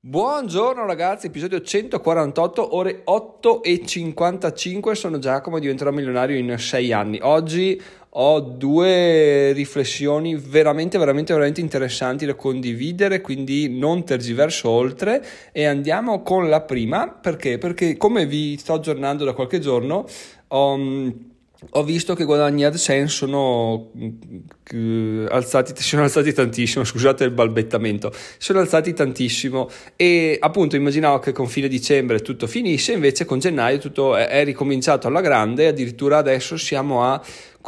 Buongiorno ragazzi, episodio 148, ore 8:55, sono Giacomo e diventerò milionario in 6 anni. Oggi ho due riflessioni veramente interessanti da condividere, quindi non tergiverso oltre e andiamo con la prima. Perché come vi sto aggiornando da qualche giorno, ho visto che guadagni AdSense sono alzati tantissimo, scusate il balbettamento, sono alzati tantissimo e appunto immaginavo che con fine dicembre tutto finisse, invece con gennaio tutto è ricominciato alla grande, addirittura adesso siamo a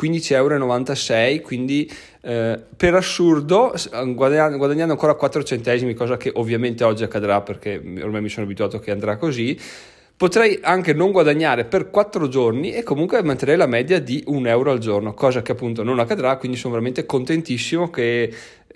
15,96 €, quindi per assurdo guadagnando ancora 4 centesimi, cosa che ovviamente oggi accadrà perché ormai mi sono abituato che andrà così. Potrei anche non guadagnare per 4 giorni e comunque mantenere la media di €1 al giorno, cosa che appunto non accadrà, quindi sono veramente contentissimo che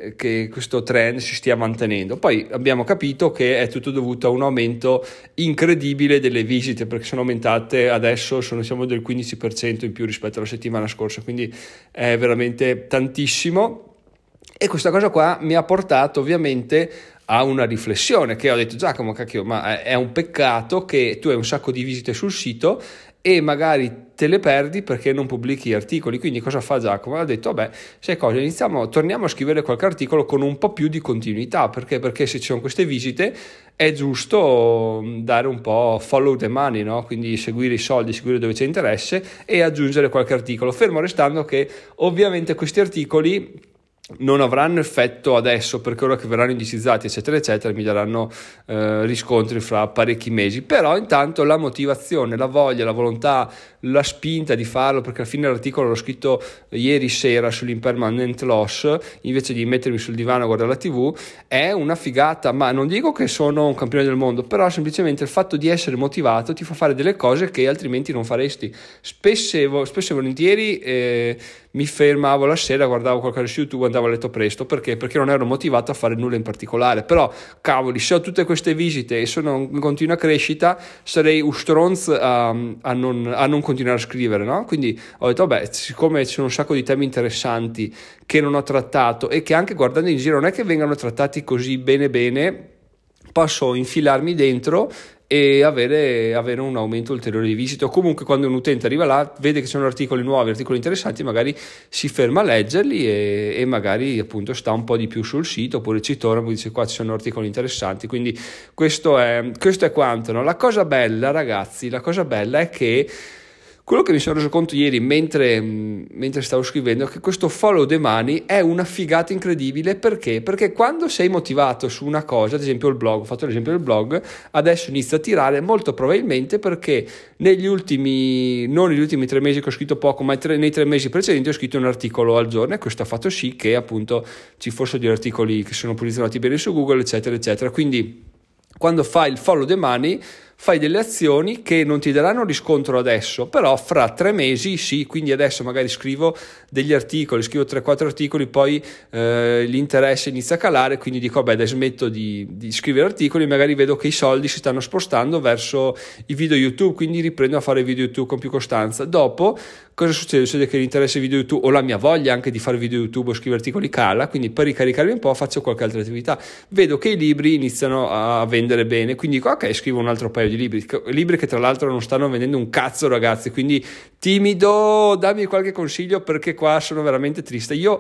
questo trend si stia mantenendo. Poi abbiamo capito che è tutto dovuto a un aumento incredibile delle visite, perché sono aumentate adesso, siamo del 15% in più rispetto alla settimana scorsa, quindi è veramente tantissimo. E questa cosa qua mi ha portato ovviamente a una riflessione, che ho detto: Giacomo, cacchio, ma è un peccato che tu hai un sacco di visite sul sito e magari te le perdi perché non pubblichi articoli. Quindi cosa fa Giacomo? Ha detto: vabbè, sai cosa, torniamo a scrivere qualche articolo con un po' più di continuità, perché se ci sono queste visite è giusto dare un po' follow the money, no? Quindi seguire i soldi, seguire dove c'è interesse e aggiungere qualche articolo, fermo restando che ovviamente questi articoli non avranno effetto adesso, perché ora che verranno indicizzati eccetera eccetera mi daranno riscontri fra parecchi mesi. Però intanto la motivazione, la voglia, la volontà, la spinta di farlo, perché alla fine l'articolo l'ho scritto ieri sera sull'impermanent loss invece di mettermi sul divano a guardare la TV, è una figata. Ma non dico che sono un campione del mondo, però semplicemente il fatto di essere motivato ti fa fare delle cose che altrimenti non faresti. Spesso e volentieri mi fermavo la sera, guardavo qualcosa su YouTube, andavo a letto presto. Perché non ero motivato a fare nulla in particolare. Però cavoli, se ho tutte queste visite e sono in continua crescita, sarei un stronzo a non continuare a scrivere, no? Quindi ho detto: vabbè, siccome ci sono un sacco di temi interessanti che non ho trattato e che anche guardando in giro non è che vengano trattati così bene, posso infilarmi dentro e avere un aumento ulteriore di visite. O comunque quando un utente arriva là, vede che ci sono articoli nuovi, articoli interessanti, magari si ferma a leggerli e magari appunto sta un po' di più sul sito, oppure ci torna e dice: qua ci sono articoli interessanti. Quindi questo è quanto, no? La cosa bella, ragazzi, è che quello che mi sono reso conto ieri mentre stavo scrivendo è che questo follow the money è una figata incredibile. Perché quando sei motivato su una cosa, ad esempio il blog, ho fatto l'esempio del blog, adesso inizia a tirare molto probabilmente perché non negli ultimi 3 mesi che ho scritto poco, ma nei 3 mesi precedenti ho scritto un articolo al giorno, e questo ha fatto sì che appunto ci fossero degli articoli che sono posizionati bene su Google eccetera eccetera. Quindi quando fai il follow the money fai delle azioni che non ti daranno riscontro adesso, però fra 3 mesi sì. Quindi adesso magari scrivo degli articoli, scrivo 3-4 articoli, poi l'interesse inizia a calare, quindi dico: vabbè, dai, smetto di scrivere articoli, magari vedo che i soldi si stanno spostando verso i video YouTube, quindi riprendo a fare video YouTube con più costanza. Dopo cosa succede? Succede che l'interesse video YouTube o la mia voglia anche di fare video YouTube o scrivere articoli cala, quindi per ricaricarmi un po' faccio qualche altra attività. Vedo che i libri iniziano a vendere bene, quindi dico: ok, scrivo un altro paio di libri che tra l'altro non stanno vendendo un cazzo, ragazzi, quindi timido, dammi qualche consiglio perché qua sono veramente triste. Io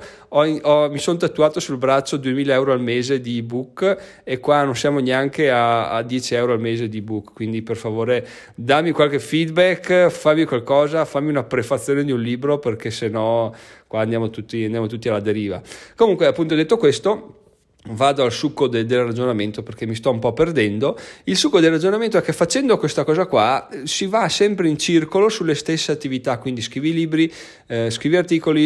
mi sono tatuato sul braccio 2.000 € al mese di ebook e qua non siamo neanche a 10 € al mese di ebook, quindi per favore dammi qualche feedback, fammi qualcosa, fammi una prefazione di un libro, perché sennò qua andiamo tutti alla deriva. Comunque, appunto, detto questo, vado al succo del ragionamento, perché mi sto un po' perdendo. Il succo del ragionamento è che facendo questa cosa qua si va sempre in circolo sulle stesse attività, quindi scrivi libri, scrivi articoli,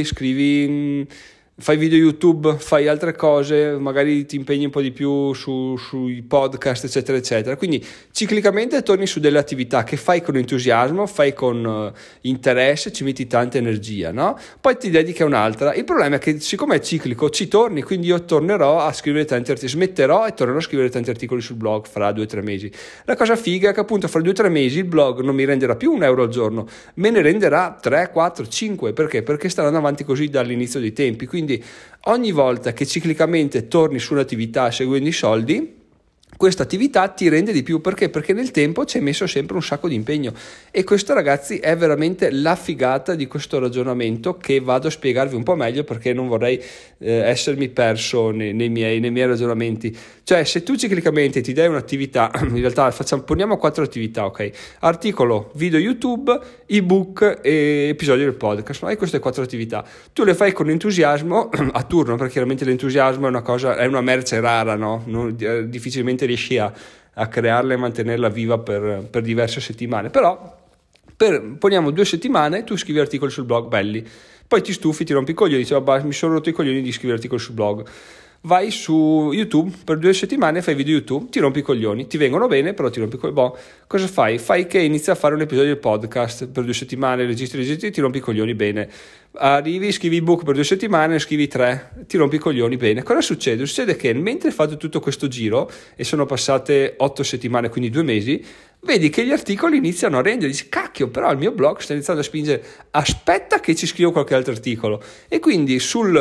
fai video YouTube, fai altre cose, magari ti impegni un po' di più sui podcast eccetera eccetera. Quindi ciclicamente torni su delle attività che fai con entusiasmo, fai con interesse, ci metti tanta energia, no? Poi ti dedichi a un'altra. Il problema è che siccome è ciclico ci torni, quindi io tornerò a scrivere tanti articoli, smetterò e tornerò a scrivere tanti articoli sul blog fra 2-3 mesi. La cosa figa è che appunto fra 2-3 mesi il blog non mi renderà più €1 al giorno, me ne renderà 3, 4, 5. Perché sta andando avanti così dall'inizio dei tempi. Quindi ogni volta che ciclicamente torni su un'attività seguendo i soldi, questa attività ti rende di più. Perché? Perché nel tempo ci hai messo sempre un sacco di impegno, e questo, ragazzi, è veramente la figata di questo ragionamento, che vado a spiegarvi un po' meglio, perché non vorrei essermi perso nei miei ragionamenti. Cioè, se tu ciclicamente ti dai un'attività, in realtà poniamo 4 attività, ok? Articolo, video YouTube, ebook e episodio del podcast. Hai queste 4 attività, tu le fai con entusiasmo a turno, perché chiaramente l'entusiasmo è una merce rara, no? Difficilmente riesci a crearla e mantenerla viva per diverse settimane. Però poniamo 2 settimane, tu scrivi articoli sul blog belli, poi ti stufi, ti rompi i coglioni, dici mi sono rotto i coglioni di scrivere articoli sul blog, vai su YouTube per 2 settimane, fai video YouTube, ti rompi i coglioni, ti vengono bene, però ti rompi i coglioni. Cosa fai? Fai che inizi a fare un episodio del podcast per 2 settimane, registri, ti rompi i coglioni, bene. Arrivi, scrivi ebook per 2 settimane, scrivi 3, ti rompi i coglioni, bene. Cosa succede? Succede che mentre fate tutto questo giro, e sono passate 8 settimane, quindi 2 mesi, vedi che gli articoli iniziano a rendere, dici cacchio, però il mio blog sta iniziando a spingere, aspetta che ci scrivo qualche altro articolo, e quindi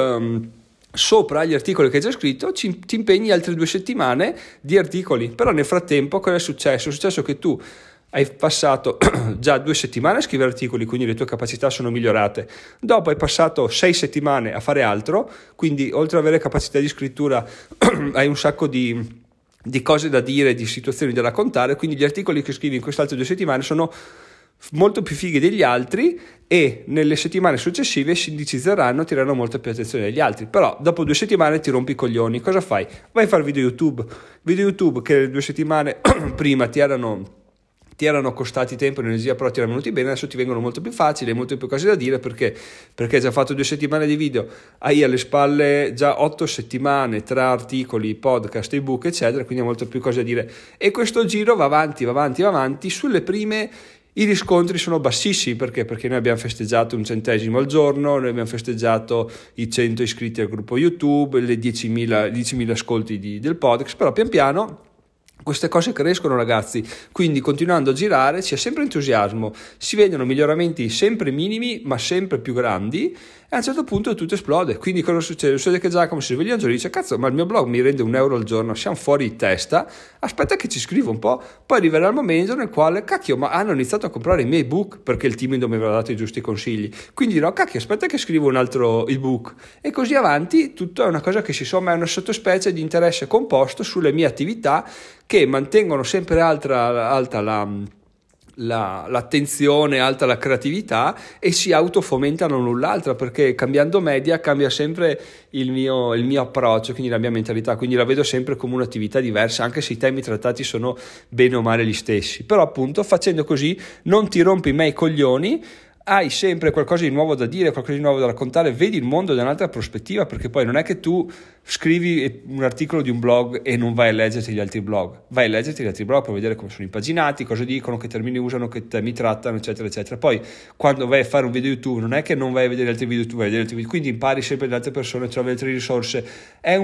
sopra gli articoli che hai già scritto ti impegni altre 2 settimane di articoli. Però nel frattempo cosa è successo? È successo che tu hai passato già 2 settimane a scrivere articoli, quindi le tue capacità sono migliorate. Dopo hai passato 6 settimane a fare altro, quindi oltre ad avere capacità di scrittura hai un sacco di cose da dire, di situazioni da raccontare, quindi gli articoli che scrivi in queste altre 2 settimane sono molto più fighi degli altri, e nelle settimane successive si indicizzeranno, tireranno molto più attenzione degli altri. Però dopo 2 settimane ti rompi i coglioni, cosa fai? Vai a fare video YouTube che 2 settimane prima ti erano costati tempo e energia, però ti erano venuti bene, adesso ti vengono molto più facili, hai molto più cose da dire, perché hai già fatto 2 settimane di video, hai alle spalle già 8 settimane tra articoli, podcast, ebook, eccetera, quindi hai molto più cose da dire, e questo giro va avanti. Sulle prime i riscontri sono bassissimi, perché noi abbiamo festeggiato un 100° al giorno, noi abbiamo festeggiato i 100 iscritti al gruppo YouTube, le 10.000 ascolti del podcast, però pian piano queste cose crescono, ragazzi, quindi continuando a girare c'è sempre entusiasmo, si vedono miglioramenti sempre minimi ma sempre più grandi, e a un certo punto tutto esplode. Quindi cosa succede? Succede che Giacomo si sveglia un giorno e dice cazzo, ma il mio blog mi rende €1 al giorno, siamo fuori di testa, aspetta che ci scrivo un po'. Poi arriverà il momento nel quale cacchio, ma hanno iniziato a comprare i miei ebook perché il timido mi aveva dato i giusti consigli, quindi dirò cacchio, aspetta che scrivo un altro ebook, e così avanti. Tutto è una cosa che si somma, è una sottospecie di interesse composto sulle mie attività, che mantengono sempre alta l'attenzione, alta la creatività, e si autofomentano l'un l'altra, perché cambiando media cambia sempre il mio approccio, quindi la mia mentalità, quindi la vedo sempre come un'attività diversa, anche se i temi trattati sono bene o male gli stessi. Però appunto facendo così non ti rompi mai i coglioni, hai sempre qualcosa di nuovo da dire, qualcosa di nuovo da raccontare, vedi il mondo da un'altra prospettiva, perché poi non è che tu scrivi un articolo di un blog e non vai a leggerti gli altri blog, vai a leggerti gli altri blog per vedere come sono impaginati, cosa dicono, che termini usano, che temi trattano, eccetera eccetera. Poi quando vai a fare un video YouTube non è che non vai a vedere altri video YouTube, vai a vedere altri video, quindi impari sempre da altre persone, trovi altre risorse, è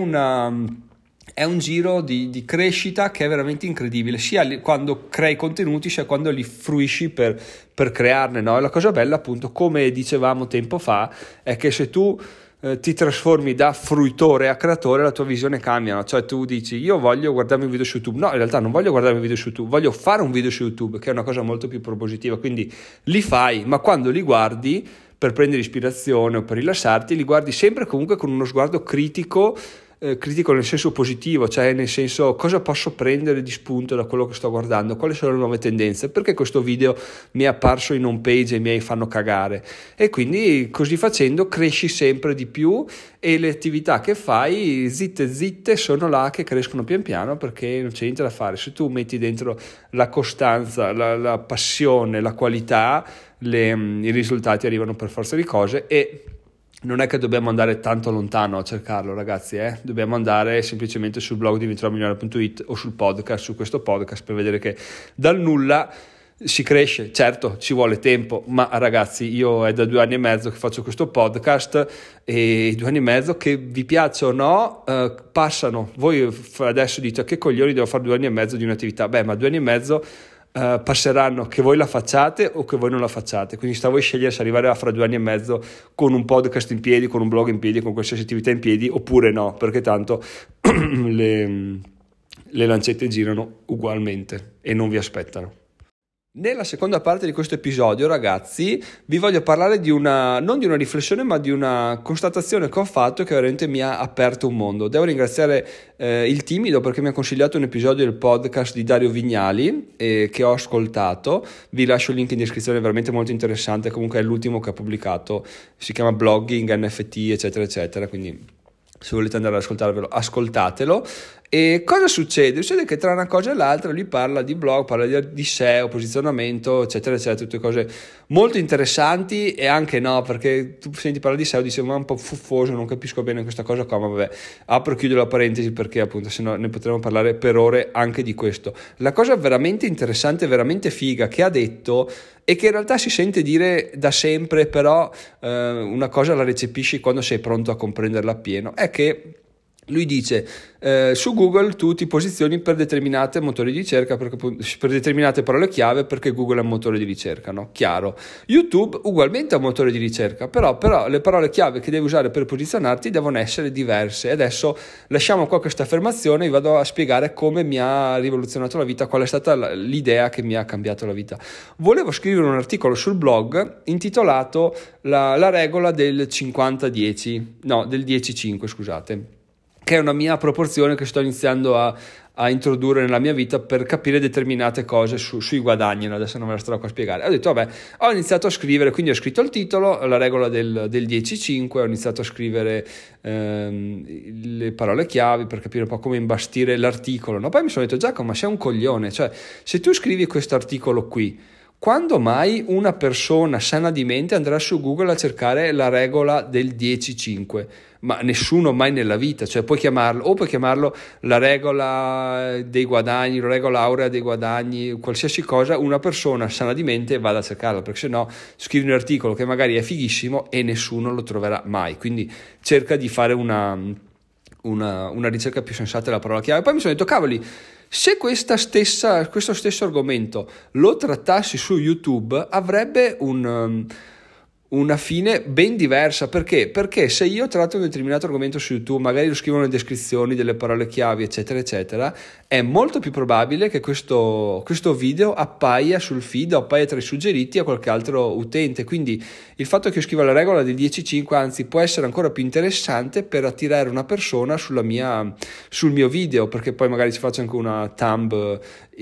un giro di crescita che è veramente incredibile, sia quando crei contenuti sia quando li fruisci per crearne, no? E la cosa bella, appunto, come dicevamo tempo fa, è che se tu ti trasformi da fruitore a creatore, la tua visione cambia, no? Cioè tu dici io voglio guardarmi un video su YouTube, no, in realtà non voglio guardarmi un video su YouTube, voglio fare un video su YouTube, che è una cosa molto più propositiva, quindi li fai, ma quando li guardi per prendere ispirazione o per rilassarti, li guardi sempre comunque con uno sguardo critico nel senso positivo, cioè nel senso cosa posso prendere di spunto da quello che sto guardando, quali sono le nuove tendenze, perché questo video mi è apparso in home page e mi fanno cagare, e quindi così facendo cresci sempre di più, e le attività che fai zitte sono là che crescono pian piano, perché non c'è niente da fare. Se tu metti dentro la costanza, la passione, la qualità, i risultati arrivano per forza di cose. E non è che dobbiamo andare tanto lontano a cercarlo, ragazzi, dobbiamo andare semplicemente sul blog diventeromilionario.it o sul podcast, su questo podcast, per vedere che dal nulla si cresce. Certo, ci vuole tempo, ma ragazzi, io è da 2 anni e mezzo che faccio questo podcast, e i 2 anni e mezzo, che vi piaccia o no, passano. Voi adesso dite che coglioni, devo fare 2 anni e mezzo di un'attività, ma 2 anni e mezzo passeranno, che voi la facciate o che voi non la facciate, quindi sta a voi scegliere se arrivare a fra 2 anni e mezzo con un podcast in piedi, con un blog in piedi, con qualsiasi attività in piedi, oppure no, perché tanto le lancette girano ugualmente e non vi aspettano. Nella seconda parte di questo episodio, ragazzi, vi voglio parlare non di una riflessione, ma di una constatazione che ho fatto che veramente mi ha aperto un mondo. Devo ringraziare il Timido perché mi ha consigliato un episodio del podcast di Dario Vignali che ho ascoltato. Vi lascio il link in descrizione, è veramente molto interessante. Comunque è l'ultimo che ha pubblicato, si chiama Blogging, NFT, eccetera, eccetera. Quindi se volete andare ad ascoltarvelo, ascoltatelo. E cosa succede? Succede che tra una cosa e l'altra lui parla di blog, parla di SEO, posizionamento, eccetera, eccetera, tutte cose molto interessanti e anche no, perché tu senti parlare di SEO e dici ma è un po' fuffoso, non capisco bene questa cosa qua, ma vabbè, apro e chiudo la parentesi perché appunto se no ne potremmo parlare per ore anche di questo. La cosa veramente interessante, veramente figa che ha detto e che in realtà si sente dire da sempre, però una cosa la recepisci quando sei pronto a comprenderla appieno, è che lui dice su Google tu ti posizioni per determinate motori di ricerca, per determinate parole chiave, perché Google è un motore di ricerca, no? Chiaro. YouTube ugualmente è un motore di ricerca, però le parole chiave che devi usare per posizionarti devono essere diverse. E adesso lasciamo qua questa affermazione e vado a spiegare come mi ha rivoluzionato la vita, qual è stata l'idea che mi ha cambiato la vita. Volevo scrivere un articolo sul blog intitolato la regola del 50-10, no, del 10-5, scusate, che è una mia proporzione che sto iniziando a introdurre nella mia vita per capire determinate cose sui guadagni. Adesso non me la sto qua a spiegare. Ho detto vabbè, ho iniziato a scrivere, quindi ho scritto il titolo, la regola del 10-5, ho iniziato a scrivere le parole chiavi per capire un po' come imbastire l'articolo, no? Poi mi sono detto Giacomo, ma sei un coglione, cioè se tu scrivi questo articolo qui, quando mai una persona sana di mente andrà su Google a cercare la regola del 10-5? Ma nessuno mai nella vita, cioè puoi chiamarlo la regola dei guadagni, la regola aurea dei guadagni, qualsiasi cosa, una persona sana di mente vada a cercarla, perché sennò scrivi un articolo che magari è fighissimo e nessuno lo troverà mai. Quindi cerca di fare una ricerca più sensata della parola chiave. Poi mi sono detto cavoli, se questo stesso argomento lo trattassi su YouTube avrebbe una fine ben diversa. Perché? Perché se io tratto un determinato argomento su YouTube, magari lo scrivo nelle descrizioni delle parole chiavi, eccetera, eccetera, è molto più probabile che questo video appaia sul feed, appaia tra i suggeriti a qualche altro utente. Quindi il fatto che io scriva la regola del 10-5, anzi, può essere ancora più interessante per attirare una persona sul mio video, perché poi magari ci faccio anche una thumb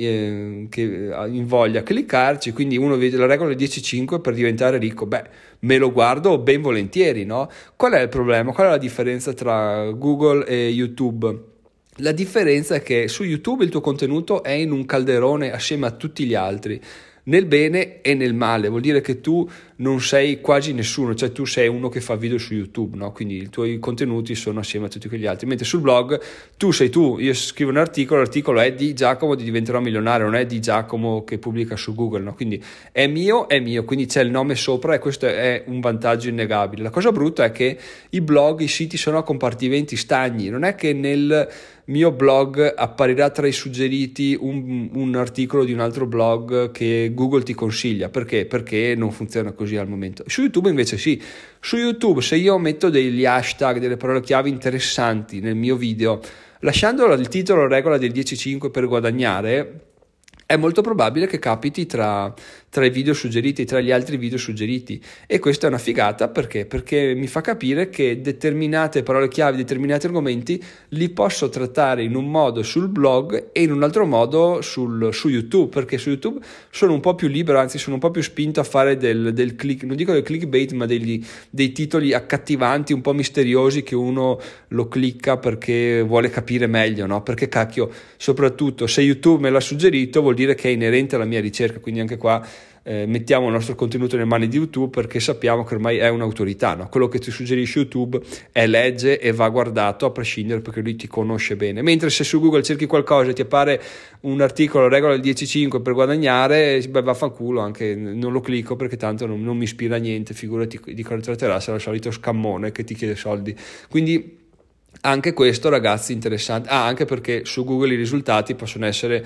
che invoglia a cliccarci, quindi uno vede la regola del 10-5 per diventare ricco, me lo guardo ben volentieri, no? Qual è il problema? Qual è la differenza tra Google e YouTube? La differenza è che su YouTube il tuo contenuto è in un calderone assieme a tutti gli altri, nel bene e nel male. Vuol dire che tu non sei quasi nessuno, cioè tu sei uno che fa video su YouTube, no? Quindi i tuoi contenuti sono assieme a tutti quegli altri, mentre sul blog tu sei tu. Io scrivo un articolo, l'articolo è di Giacomo di Diventerò Milionario, non è di Giacomo che pubblica su Google, no? Quindi è mio, quindi c'è il nome sopra e questo è un vantaggio innegabile. La cosa brutta è che i blog, i siti sono a compartimenti stagni, non è che nel mio blog apparirà tra i suggeriti un articolo di un altro blog che Google ti consiglia. Perché? Perché non funziona così al momento. Su YouTube invece sì. Su YouTube se io metto degli hashtag, delle parole chiave interessanti nel mio video, lasciando il titolo regola del 10-5 per guadagnare, è molto probabile che capiti tra i video suggeriti, tra gli altri video suggeriti, e questa è una figata. Perché? Perché mi fa capire che determinate parole chiave, determinati argomenti li posso trattare in un modo sul blog e in un altro modo su YouTube, perché su YouTube sono un po' più libero, anzi sono un po' più spinto a fare del click, non dico del clickbait, ma dei titoli accattivanti, un po' misteriosi, che uno lo clicca perché vuole capire meglio, no? Perché cacchio, soprattutto se YouTube me l'ha suggerito vuol dire che è inerente alla mia ricerca, quindi anche qua mettiamo il nostro contenuto nelle mani di YouTube, perché sappiamo che ormai è un'autorità, no? Quello che ti suggerisce YouTube è legge e va guardato a prescindere, perché lui ti conosce bene. Mentre se su Google cerchi qualcosa e ti appare un articolo regola del 10-5 per guadagnare, vaffanculo, anche non lo clicco perché tanto non mi ispira a niente, figurati di cosa tratterà, sarà il solito scammone che ti chiede soldi. Quindi anche questo, ragazzi, interessante. Anche perché su Google i risultati possono essere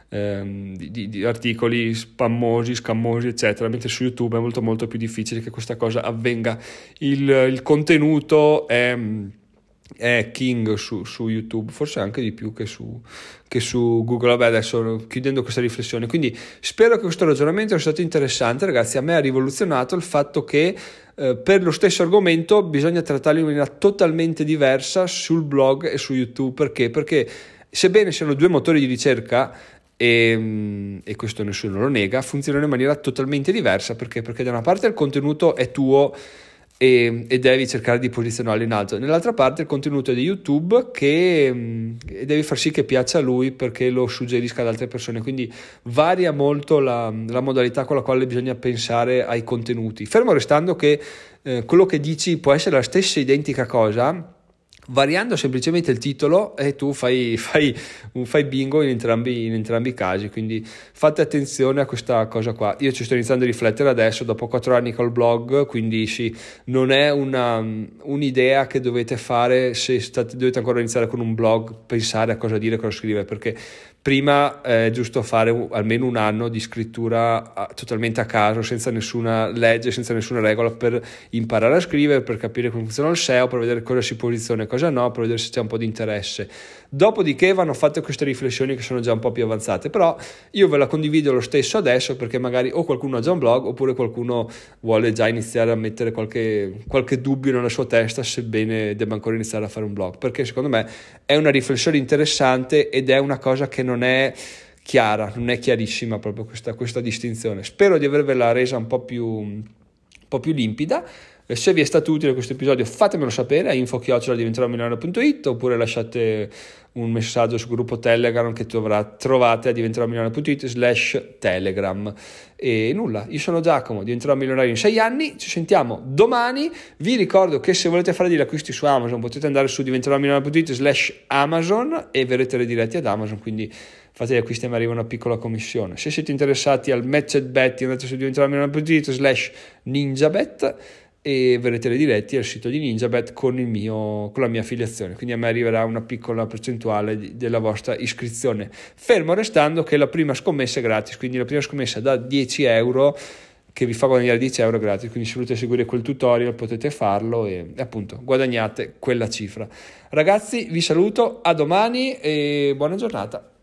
di articoli spammosi, scammosi, eccetera, mentre su YouTube è molto molto più difficile che questa cosa avvenga. Il contenuto è è king su YouTube, forse anche di più che su Google. Vabbè, adesso chiudendo questa riflessione, quindi spero che questo ragionamento sia stato interessante, ragazzi. A me ha rivoluzionato il fatto che per lo stesso argomento bisogna trattarlo in maniera totalmente diversa sul blog e su YouTube. Perché sebbene siano due motori di ricerca, e questo nessuno lo nega, funzionano in maniera totalmente diversa. Perché da una parte il contenuto è tuo e devi cercare di posizionarlo in alto, nell'altra parte il contenuto è di YouTube che devi far sì che piaccia a lui perché lo suggerisca ad altre persone, quindi varia molto la modalità con la quale bisogna pensare ai contenuti, fermo restando che quello che dici può essere la stessa identica cosa, variando semplicemente il titolo, e tu fai bingo in entrambi i casi. Quindi fate attenzione a questa cosa qua. Io ci sto iniziando a riflettere adesso, dopo 4 anni col blog, quindi sì, non è un'idea che dovete fare se dovete ancora iniziare con un blog, pensare a cosa dire, cosa scrivere, perché prima è giusto fare almeno un anno di scrittura totalmente a caso, senza nessuna legge, senza nessuna regola, per imparare a scrivere, per capire come funziona il SEO, per vedere cosa si posiziona e cosa no, per vedere se c'è un po' di interesse. Dopodiché vanno fatte queste riflessioni che sono già un po' più avanzate, però io ve la condivido lo stesso adesso perché magari o qualcuno ha già un blog oppure qualcuno vuole già iniziare a mettere qualche dubbio nella sua testa, sebbene debba ancora iniziare a fare un blog, perché secondo me è una riflessione interessante ed è una cosa che non è chiara, non è chiarissima proprio questa distinzione. Spero di avervela resa un po' più limpida. Se vi è stato utile questo episodio fatemelo sapere a info@diventeromilionario.it oppure lasciate un messaggio sul gruppo Telegram che trovate a diventeromilionario.it/telegram. E nulla, io sono Giacomo, diventerò milionario in 6 anni, ci sentiamo domani. Vi ricordo che se volete fare degli acquisti su Amazon potete andare su diventeromilionario.it/Amazon e verrete rediretti ad Amazon, quindi fate gli acquisti e mi arriva una piccola commissione. Se siete interessati al matched bet, andate su diventeromilionario.it/ninjabet e verrete rediretti al sito di NinjaBet con la mia affiliazione, quindi a me arriverà una piccola percentuale della vostra iscrizione, fermo restando che la prima scommessa è gratis, quindi la prima scommessa da 10 euro che vi fa guadagnare 10 euro gratis, quindi se volete seguire quel tutorial potete farlo e appunto guadagnate quella cifra. Ragazzi, vi saluto, a domani e buona giornata.